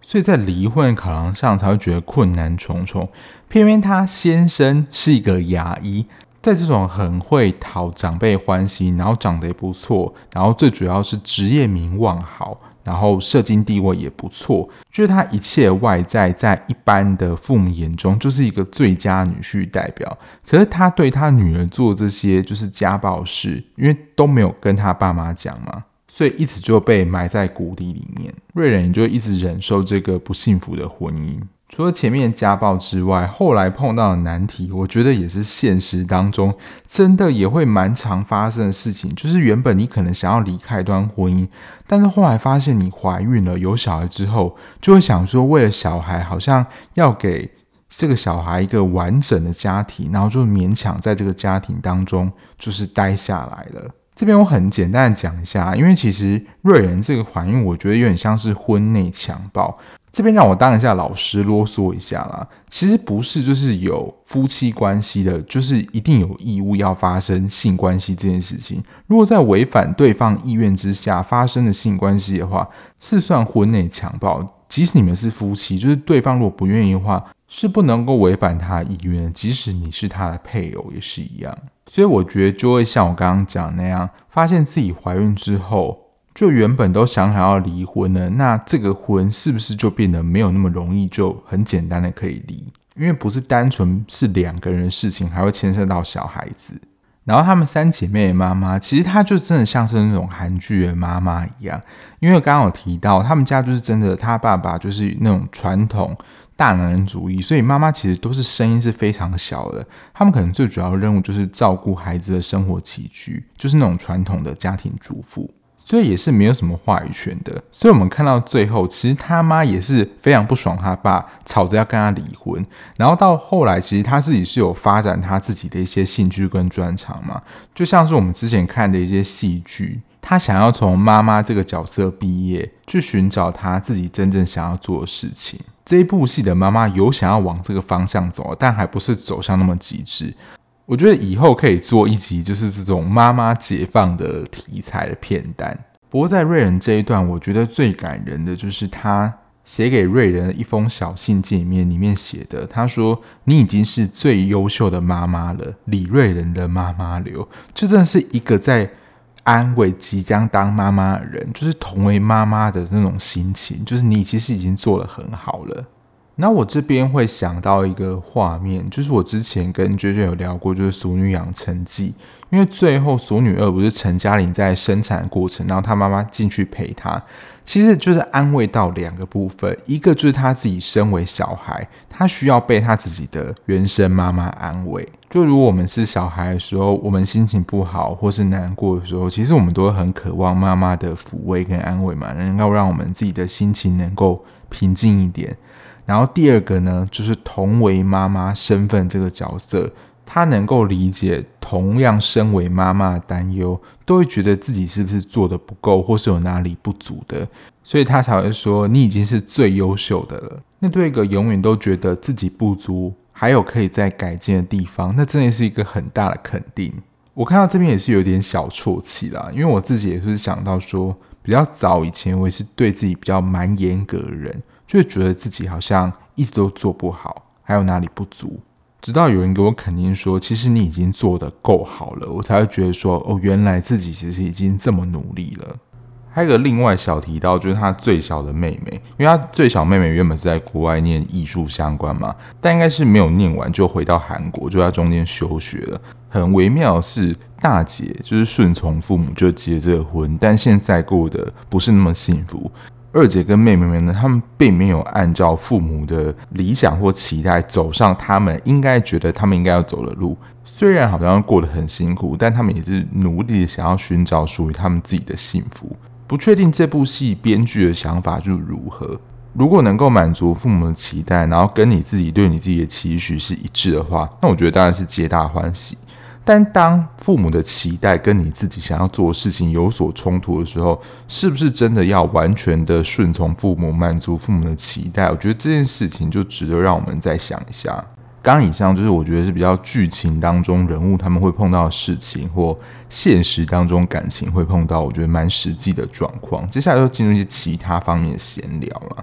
所以在离婚的考量上才会觉得困难重重。偏偏他先生是一个牙医，在这种很会讨长辈欢心，然后长得也不错，然后最主要是职业名望好，然后社经地位也不错，就是他一切外在在一般的父母眼中就是一个最佳女婿代表。可是他对他女儿做这些就是家暴事，因为都没有跟他爸妈讲嘛，所以一直就被埋在谷底里面。瑞仁也就一直忍受这个不幸福的婚姻。除了前面家暴之外，后来碰到的难题，我觉得也是现实当中真的也会蛮常发生的事情。就是原本你可能想要离开一段婚姻，但是后来发现你怀孕了，有小孩之后，就会想说为了小孩好像要给这个小孩一个完整的家庭，然后就勉强在这个家庭当中就是待下来了。这边我很简单的讲一下，因为其实瑞仁这个怀孕我觉得有点像是婚内强暴。这边让我当一下老师啰嗦一下啦，其实不是就是有夫妻关系的，就是一定有义务要发生性关系这件事情。如果在违反对方意愿之下发生的性关系的话，是算婚内强暴。即使你们是夫妻，就是对方如果不愿意的话，是不能够违反他的意愿，即使你是他的配偶也是一样。所以我觉得就会像我刚刚讲那样，发现自己怀孕之后，就原本都想好要离婚了，那这个婚是不是就变得没有那么容易，就很简单的可以离？因为不是单纯是两个人的事情，还会牵涉到小孩子。然后他们三姐妹的妈妈，其实她就真的像是那种韩剧的妈妈一样，因为刚刚有提到，他们家就是真的，他爸爸就是那种传统大男人主义，所以妈妈其实都是声音是非常小的。他们可能最主要的任务就是照顾孩子的生活起居，就是那种传统的家庭主妇。所以也是没有什么话语权的。所以我们看到最后，其实他妈也是非常不爽他爸，吵着要跟他离婚。然后到后来，其实他自己是有发展他自己的一些兴趣跟专长嘛，就像是我们之前看的一些戏剧，他想要从妈妈这个角色毕业，去寻找他自己真正想要做的事情。这一部戏的妈妈有想要往这个方向走，但还不是走向那么极致。我觉得以后可以做一集就是这种妈妈解放的题材的片单。不过在瑞仁这一段，我觉得最感人的就是他写给瑞仁的一封小信件里面写的，他说你已经是最优秀的妈妈了，李瑞仁的妈妈流，就真的是一个在安慰即将当妈妈的人，就是同为妈妈的那种心情，就是你其实已经做得很好了。那我这边会想到一个画面，就是我之前跟 JJ 有聊过，就是《俗女养成记》，因为最后俗女二不是陈嘉玲在生产的过程，然后她妈妈进去陪她，其实就是安慰到两个部分，一个就是她自己身为小孩，她需要被她自己的原生妈妈安慰。就如果我们是小孩的时候，我们心情不好或是难过的时候，其实我们都会很渴望妈妈的抚慰跟安慰嘛，能够让我们自己的心情能够平静一点。然后第二个呢，就是同为妈妈身份这个角色，她能够理解同样身为妈妈的担忧，都会觉得自己是不是做得不够，或是有哪里不足的，所以她才会说你已经是最优秀的了。那对一个永远都觉得自己不足，还有可以再改进的地方，那真的是一个很大的肯定。我看到这边也是有点小啜泣啦，因为我自己也是想到说，比较早以前我也是对自己比较蛮严格的人，就会觉得自己好像一直都做不好，还有哪里不足。直到有人给我肯定说，其实你已经做得够好了，我才会觉得说，哦，原来自己其实已经这么努力了。还有一个另外小提到，就是他最小的妹妹，因为他最小妹妹原本是在国外念艺术相关嘛，但应该是没有念完就回到韩国，就在中间休学了。很微妙的是，大姐就是顺从父母就结这个婚，但现在过得不是那么幸福。二姐跟妹妹们呢，她们并没有按照父母的理想或期待走上他们应该觉得他们应该要走的路。虽然好像过得很辛苦，但他们也是努力的想要寻找属于他们自己的幸福。不确定这部戏编剧的想法就是如何。如果能够满足父母的期待，然后跟你自己对你自己的期许是一致的话，那我觉得当然是皆大欢喜。但当父母的期待跟你自己想要做的事情有所冲突的时候，是不是真的要完全的顺从父母，满足父母的期待？我觉得这件事情就值得让我们再想一下。刚刚以上就是我觉得是比较剧情当中人物他们会碰到的事情，或现实当中感情会碰到我觉得蛮实际的状况。接下来就进入一些其他方面的闲聊了。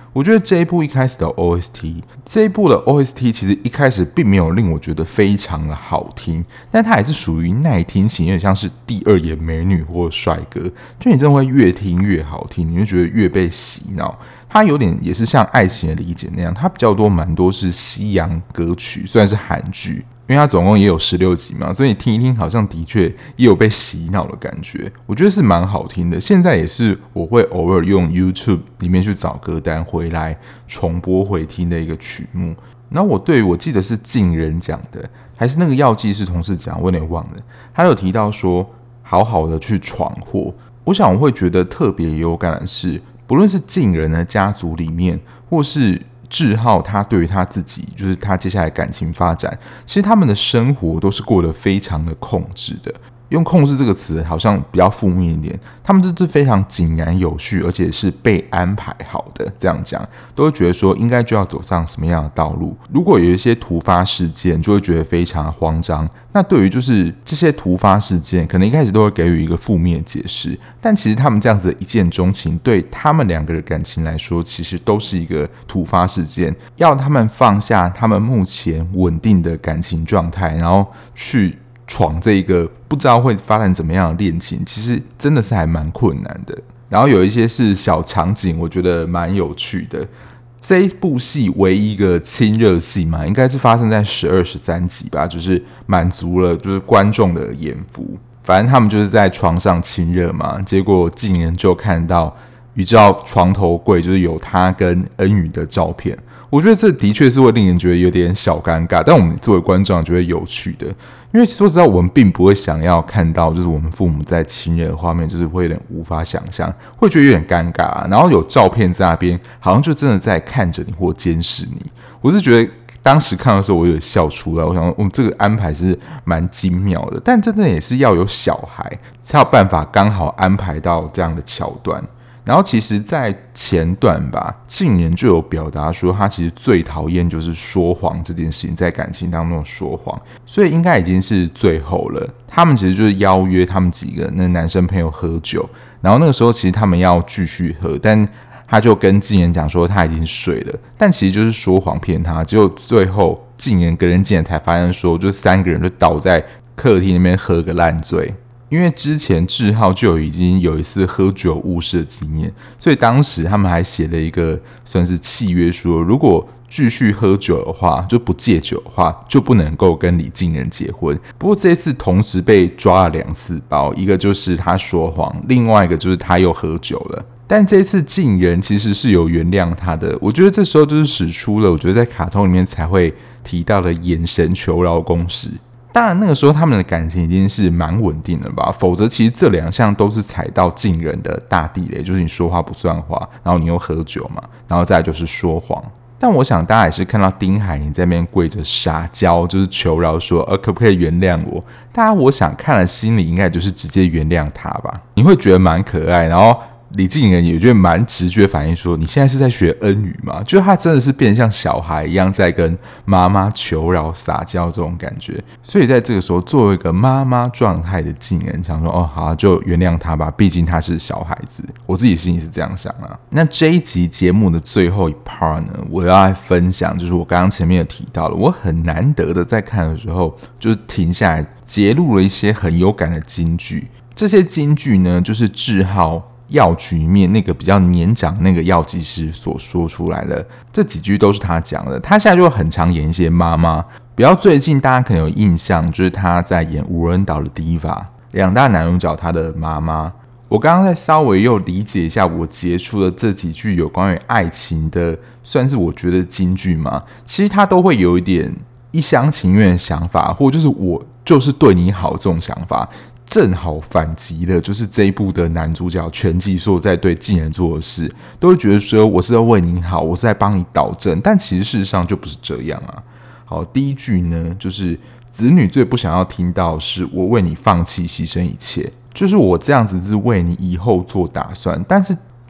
我觉得这一部一开始的 OST， 这一部的 OST 其实一开始并没有令我觉得非常的好听，但它也是属于耐听型，有点像是第二眼美女或帅哥，就你真的会越听越好听，你会觉得越被洗脑。它有点也是像爱情的理解那样，它比较多蛮多是西洋歌曲，虽然是韩剧。因为它总共也有16集嘛，所以你听一听，好像的确也有被洗脑的感觉。我觉得是蛮好听的。现在也是我会偶尔用 YouTube 里面去找歌单回来重播回听的一个曲目。然后我记得是晋人讲的，还是那个药剂师同事讲，我有点忘了。他有提到说，好好的去闯祸。我想我会觉得特别有感的是，不论是晋人的家族里面，或是志浩他对于他自己，就是他接下来感情发展，其实他们的生活都是过得非常的控制的。用控制这个词好像比较负面一点，他们就是非常井然有序，而且是被安排好的。这样讲，都会觉得说应该就要走上什么样的道路。如果有一些突发事件，就会觉得非常慌张。那对于就是这些突发事件，可能一开始都会给予一个负面解释，但其实他们这样子的一见钟情，对他们两个的感情来说，其实都是一个突发事件，要他们放下他们目前稳定的感情状态，然后去闯这一个不知道会发展怎么样的恋情，其实真的是还蛮困难的。然后有一些是小场景，我觉得蛮有趣的。这一部戏唯一一个亲热戏嘛，应该是发生在12、13集吧，就是满足了就是观众的眼福。反正他们就是在床上亲热嘛，结果竟然就看到宇照床头柜就是有他跟恩宇的照片。我觉得这的确是会令人觉得有点小尴尬，但我们作为观众觉得有趣的，因为说实在，我们并不会想要看到就是我们父母在亲热的画面，就是会有点无法想象，会觉得有点尴尬然后有照片在那边，好像就真的在看着你或监视你。我是觉得当时看的时候，我有点笑出来。我想，这个安排是蛮精妙的，但真的也是要有小孩才有办法刚好安排到这样的桥段。然后其实在前段吧，近年就有表达说他其实最讨厌就是说谎这件事情，在感情当中说谎，所以应该已经是最后了。他们其实就是邀约他们几个那男生朋友喝酒，然后那个时候其实他们要继续喝，但他就跟静言讲说他已经睡了，但其实就是说谎骗他。结果最后静言跟人进来才发现说，就3个人就倒在客厅那边喝个烂醉。因为之前志浩就已经有一次喝酒误事的经验，所以当时他们还写了一个算是契约说，如果继续喝酒的话，就不戒酒的话，就不能够跟李静人结婚。不过这次同时被抓了2次包，一个就是他说谎，另外一个就是他又喝酒了。但这次静人其实是有原谅他的，我觉得这时候就是使出了我觉得在卡通里面才会提到的眼神求饶公式。当然那个时候他们的感情已经是蛮稳定了吧，否则其实这2项都是踩到近人的大地雷，就是你说话不算话，然后你又喝酒嘛，然后再来就是说谎。但我想大家也是看到丁海寅在那边跪着撒娇，就是求饶说可不可以原谅我。大家我想看了心里应该就是直接原谅他吧，你会觉得蛮可爱。然后李静人也觉得蛮直觉反应说，你现在是在学恩语吗？就是他真的是变得像小孩一样在跟妈妈求饶撒娇这种感觉。所以在这个时候作为一个妈妈状态的静人想说好就原谅他吧，毕竟他是小孩子。我自己心里是这样想啊。那这一集节目的最后一 part 呢，我要来分享就是我刚刚前面有提到的，我很难得的在看的时候就是停下来截录了一些很有感的金句。这些金句呢就是志浩药局里面那个比较年长那个药剂师所说出来的，这几句都是他讲的。他现在就很常演一些妈妈，比较最近大家可能有印象，就是他在演无人岛的 Diva 2大男主角他的妈妈。我刚刚再稍微又理解一下我截出的这几句有关于爱情的，算是我觉得金句嘛，其实他都会有一点一厢情愿的想法，或就是我就是对你好这种想法。正好反击的就是这一部的男主角全季所在对近人做的事，都会觉得说我是在为你好，我是在帮你导正，但其实事实上就不是这样啊。好，第一句呢，就是子女最不想要听到的是我为你放弃牺牲一切，就是我这样子是为你以后做打算，但是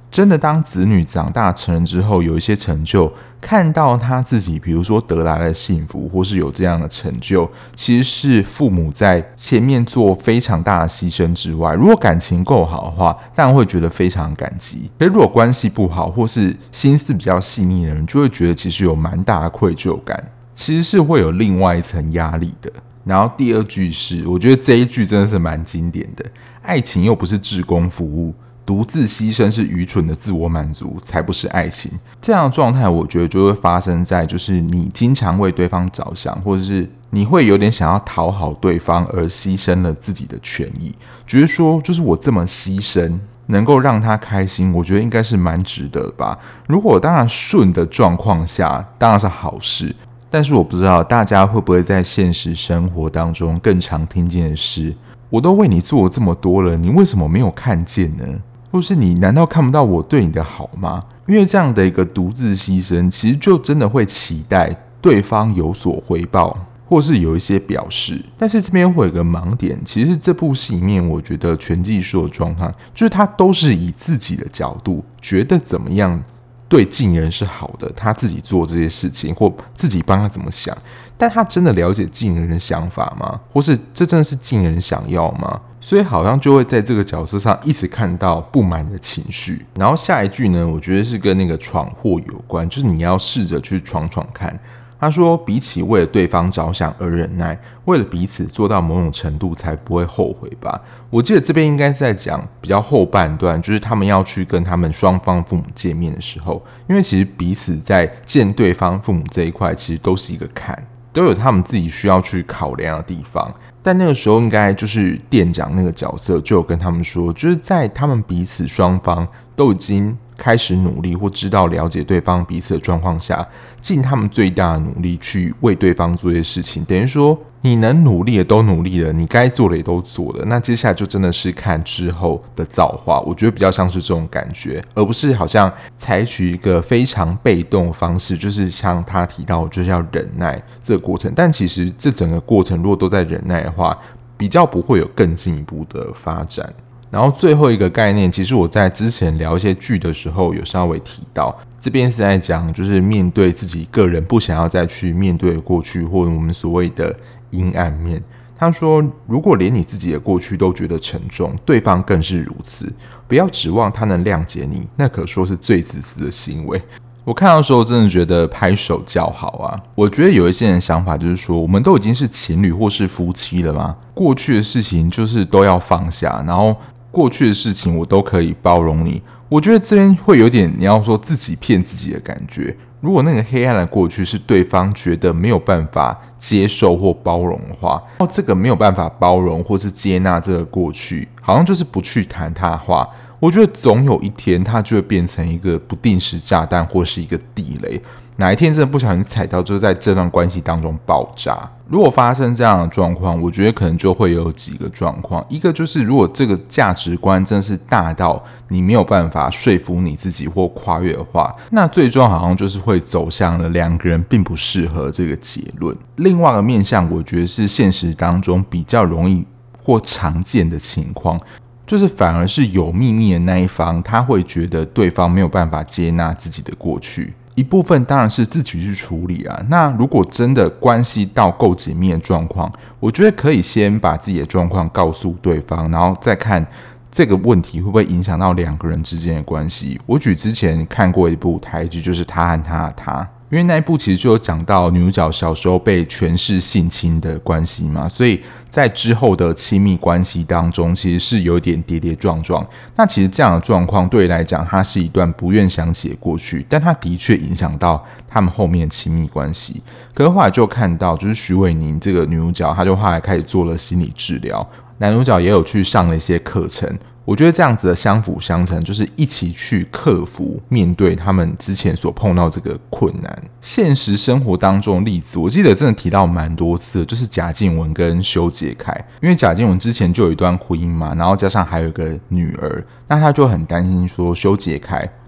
真的当子女长大成人之后有一些成就，看到他自己比如说得来了幸福或是有这样的成就，其实是父母在前面做非常大的牺牲之外，如果感情够好的话，当然会觉得非常感激。可是如果关系不好或是心思比较细腻的人，就会觉得其实有蛮大的愧疚感，其实是会有另外一层压力的。然后第二句是，我觉得这一句真的是蛮经典的，爱情又不是志工服务，独自牺牲是愚蠢的自我满足，才不是爱情。这样的状态，我觉得就会发生在就是你经常为对方着想，或者是你会有点想要讨好对方而牺牲了自己的权益，觉得说就是我这么牺牲能够让他开心，我觉得应该是蛮值得吧。如果当然顺的状况下，当然是好事。但是我不知道大家会不会在现实生活当中更常听见的是，我都为你做了这么多了，你为什么没有看见呢？或是你难道看不到我对你的好吗？因为这样的一个独自牺牲，其实就真的会期待对方有所回报，或是有一些表示。但是这边会有个盲点，其实这部戏里面我觉得全季说的状况，就是他都是以自己的角度觉得怎么样对近人是好的，他自己做这些事情，或自己帮他怎么想，但他真的了解近人的想法吗？或是这真的是近人想要吗？所以好像就会在这个角色上一直看到不满的情绪。然后下一句呢，我觉得是跟那个闯祸有关，就是你要试着去闯闯看。他说，比起为了对方着想而忍耐，为了彼此做到某种程度才不会后悔吧。我记得这边应该是在讲比较后半段，就是他们要去跟他们双方父母见面的时候，因为其实彼此在见对方父母这一块其实都是一个坎，都有他们自己需要去考量的地方。但那个时候应该就是店长那个角色就有跟他们说，就是在他们彼此双方都已经开始努力或知道了解对方彼此的状况下，尽他们最大的努力去为对方做一些事情，等于说你能努力的都努力了，你该做的也都做了，那接下来就真的是看之后的造化。我觉得比较像是这种感觉，而不是好像采取一个非常被动的方式，就是像他提到就是要忍耐这个过程。但其实这整个过程如果都在忍耐的话，比较不会有更进一步的发展。然后最后一个概念，其实我在之前聊一些剧的时候有稍微提到，这边是在讲就是面对自己个人不想要再去面对的过去，或者我们所谓的阴暗面。他说，如果连你自己的过去都觉得沉重，对方更是如此，不要指望他能谅解你，那可说是最自私的行为。我看到的时候真的觉得拍手叫好啊！我觉得有一些人想法就是说，我们都已经是情侣或是夫妻了嘛，过去的事情就是都要放下，然后过去的事情我都可以包容你。我觉得这边会有点你要说自己骗自己的感觉。如果那个黑暗的过去是对方觉得没有办法接受或包容的话，这个没有办法包容或是接纳这个过去，好像就是不去谈它的话，我觉得总有一天它就会变成一个不定时炸弹或是一个地雷，哪一天真的不小心踩到，就是在这段关系当中爆炸。如果发生这样的状况，我觉得可能就会有几个状况。一个就是如果这个价值观真的是大到你没有办法说服你自己或跨越的话，那最终好像就是会走向了两个人并不适合这个结论。另外一个面向，我觉得是现实当中比较容易或常见的情况，就是反而是有秘密的那一方，他会觉得对方没有办法接纳自己的过去。一部分当然是自己去处理啊。那如果真的关系到够紧密的状况，我觉得可以先把自己的状况告诉对方，然后再看这个问题会不会影响到两个人之间的关系。我举之前看过一部台剧，就是他和他的他。因为那一部其实就有讲到女主角小时候被权势性侵的关系嘛，所以在之后的亲密关系当中，其实是有点跌跌撞撞。那其实这样的状况对来讲，它是一段不愿想起的过去，但它的确影响到他们后面的亲密关系。可是后来就看到，就是徐伟宁这个女主角，她就后来开始做了心理治疗，男主角也有去上了一些课程。我觉得这样子的相辅相成，就是一起去克服面对他们之前所碰到这个困难。现实生活当中的例子，我记得真的提到蛮多次的，就是贾静雯跟修杰楷。因为贾静雯之前就有一段婚姻嘛，然后加上还有一个女儿，那他就很担心说修杰楷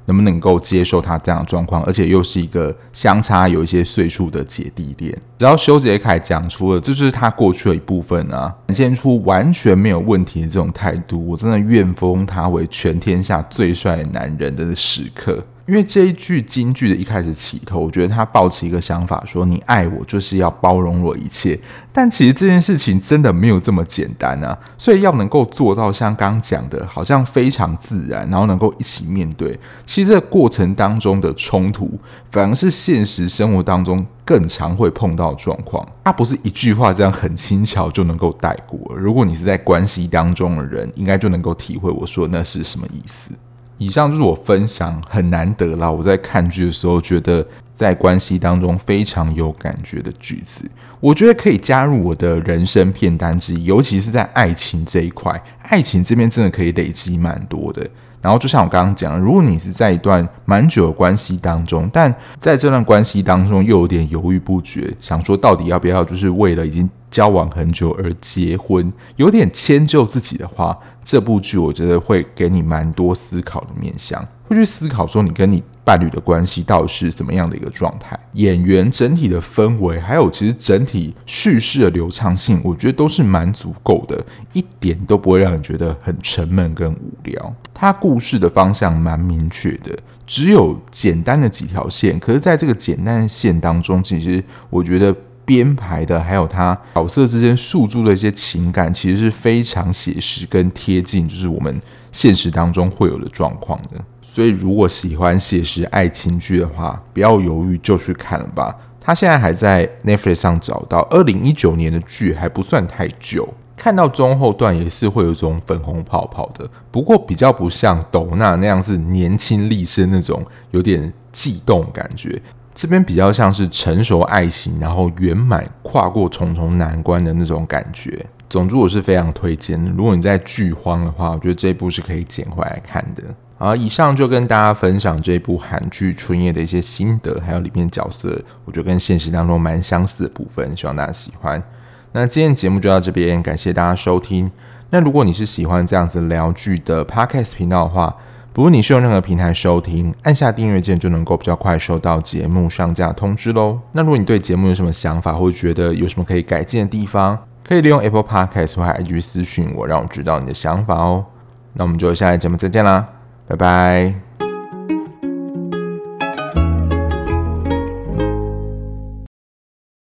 能不能够接受他这样的状况，而且又是一个相差有一些岁数的姐弟恋。只要修杰楷讲出了这就是他过去的一部分啊，展现出完全没有问题的这种态度，我真的愿封他为全天下最帅的男人的时刻。因为这一句金句的一开始起头，我觉得他抱持一个想法说你爱我就是要包容我一切，但其实这件事情真的没有这么简单啊，所以要能够做到像刚刚讲的好像非常自然，然后能够一起面对，其实这个过程当中的冲突反而是现实生活当中更常会碰到的状况，它不是一句话这样很轻巧就能够带过，如果你是在关系当中的人，应该就能够体会我说的那是什么意思。以上就是我分享很难得啦，我在看剧的时候觉得在关系当中非常有感觉的句子，我觉得可以加入我的人生片单之一，尤其是在爱情这一块，爱情这边真的可以累积蛮多的。然后就像我刚刚讲，如果你是在一段蛮久的关系当中，但在这段关系当中又有点犹豫不决，想说到底要不要就是为了已经交往很久而结婚，有点迁就自己的话，这部剧我觉得会给你蛮多思考的面向，会去思考说你跟你伴侣的关系到底是怎么样的一个状态，演员整体的氛围，还有其实整体叙事的流畅性，我觉得都是蛮足够的，一点都不会让人觉得很沉闷跟无聊。它故事的方向蛮明确的，只有简单的几条线，可是在这个简单的线当中，其实我觉得编排的还有他角色之间诉诸的一些情感，其实是非常写实跟贴近就是我们现实当中会有的状况的。所以如果喜欢写实爱情剧的话，不要犹豫就去看了吧。他现在还在 Netflix 上找到2019年的剧，还不算太旧，看到中后段也是会有一种粉红泡泡的，不过比较不像斗娜那样是年轻力盛那种有点悸动感觉，这边比较像是成熟爱情，然后圆满跨过重重难关的那种感觉。总之我是非常推荐的，如果你在剧荒的话，我觉得这一部是可以捡回来看的。好，以上就跟大家分享这部韩剧《春夜》的一些心得，还有里面角色我觉得跟现实当中蛮相似的部分，希望大家喜欢。那今天的节目就到这边，感谢大家收听。那如果你是喜欢这样子聊剧的 Podcast 频道的话，不论你是用任何平台收听，按下订阅键就能够比较快收到节目上架通知咯。那如果你对节目有什么想法，或者觉得有什么可以改进的地方，可以利用 Apple Podcast 或 IG 私讯我，让我知道你的想法哦。那我们就下期节目再见啦，拜拜。